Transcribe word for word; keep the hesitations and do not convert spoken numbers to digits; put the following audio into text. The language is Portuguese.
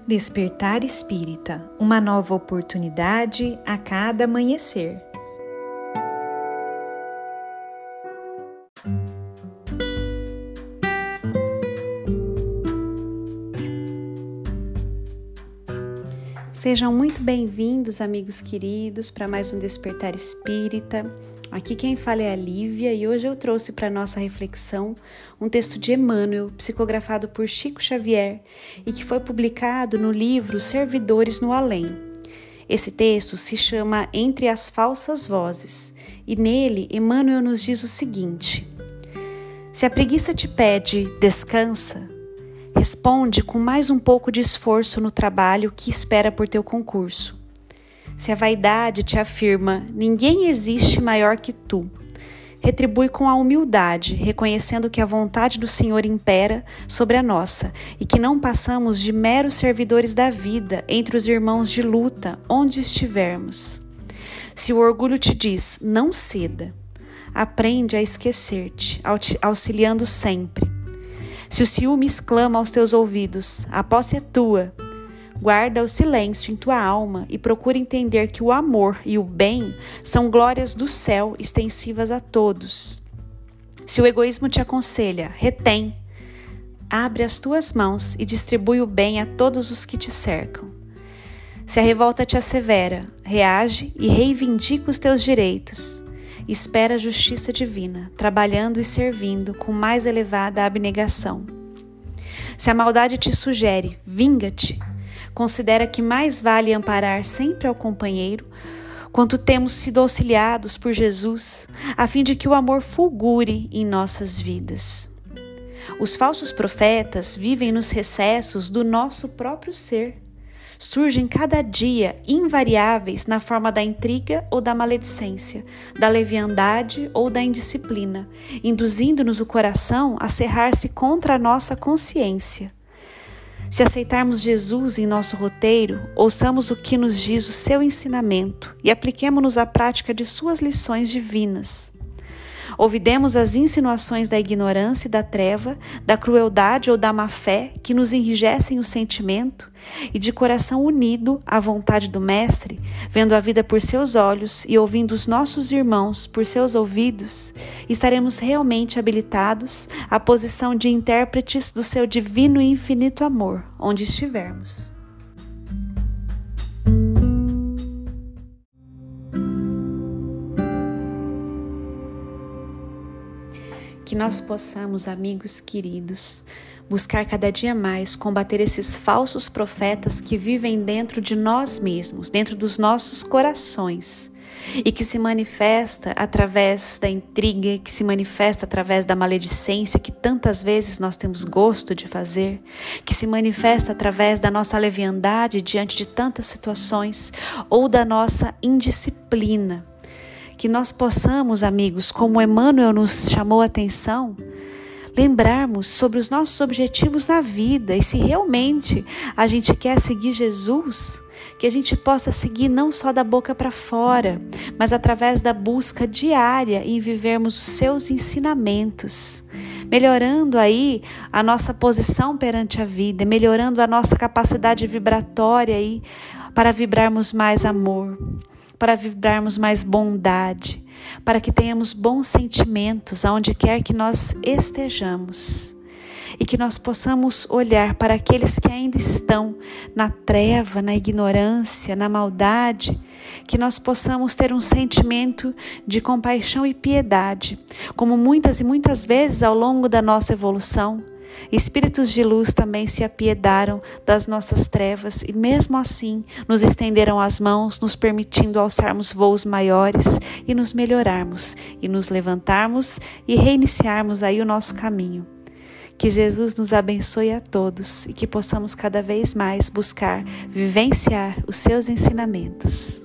Despertar Espírita, uma nova oportunidade a cada amanhecer. Sejam muito bem-vindos, amigos queridos, para mais um Despertar Espírita. Aqui quem fala é a Lívia e hoje eu trouxe para nossa reflexão um texto de Emmanuel, psicografado por Chico Xavier e que foi publicado no livro Servidores no Além. Esse texto se chama Entre as Falsas Vozes e nele Emmanuel nos diz o seguinte: se a preguiça te pede descansa, responde com mais um pouco de esforço no trabalho que espera por teu concurso. Se a vaidade te afirma, ninguém existe maior que tu, retribui com a humildade, reconhecendo que a vontade do Senhor impera sobre a nossa e que não passamos de meros servidores da vida entre os irmãos de luta, onde estivermos. Se o orgulho te diz, não ceda, aprende a esquecer-te, auxiliando sempre. Se o ciúme exclama aos teus ouvidos, a posse é tua, guarda o silêncio em tua alma e procura entender que o amor e o bem são glórias do céu extensivas a todos. Se o egoísmo te aconselha, retém, abre as tuas mãos e distribui o bem a todos os que te cercam. Se a revolta te assevera, reage e reivindica os teus direitos. Espera a justiça divina, trabalhando e servindo com mais elevada abnegação. Se a maldade te sugere, vinga-te. Considera que mais vale amparar sempre ao companheiro, quanto temos sido auxiliados por Jesus, a fim de que o amor fulgure em nossas vidas. Os falsos profetas vivem nos recessos do nosso próprio ser. Surgem cada dia invariáveis na forma da intriga ou da maledicência, da leviandade ou da indisciplina, induzindo-nos o coração a cerrar-se contra a nossa consciência. Se aceitarmos Jesus em nosso roteiro, ouçamos o que nos diz o seu ensinamento e apliquemo-nos à prática de suas lições divinas. Ouvidemos as insinuações da ignorância e da treva, da crueldade ou da má-fé que nos enrijecem o sentimento e de coração unido à vontade do Mestre, vendo a vida por seus olhos e ouvindo os nossos irmãos por seus ouvidos, estaremos realmente habilitados à posição de intérpretes do seu divino e infinito amor, onde estivermos. Que nós possamos, amigos queridos, buscar cada dia mais combater esses falsos profetas que vivem dentro de nós mesmos, dentro dos nossos corações, e que se manifesta através da intriga, que se manifesta através da maledicência que tantas vezes nós temos gosto de fazer, que se manifesta através da nossa leviandade diante de tantas situações ou da nossa indisciplina. Que nós possamos, amigos, como Emmanuel nos chamou a atenção, lembrarmos sobre os nossos objetivos na vida e se realmente a gente quer seguir Jesus, que a gente possa seguir não só da boca para fora, mas através da busca diária em vivermos os seus ensinamentos, melhorando aí a nossa posição perante a vida, melhorando a nossa capacidade vibratória aí para vibrarmos mais amor, para vibrarmos mais bondade, para que tenhamos bons sentimentos aonde quer que nós estejamos e que nós possamos olhar para aqueles que ainda estão na treva, na ignorância, na maldade, que nós possamos ter um sentimento de compaixão e piedade, como muitas e muitas vezes ao longo da nossa evolução, espíritos de luz também se apiedaram das nossas trevas e mesmo assim nos estenderam as mãos, nos permitindo alçarmos voos maiores e nos melhorarmos e nos levantarmos e reiniciarmos aí o nosso caminho. Que Jesus nos abençoe a todos e que possamos cada vez mais buscar vivenciar os seus ensinamentos.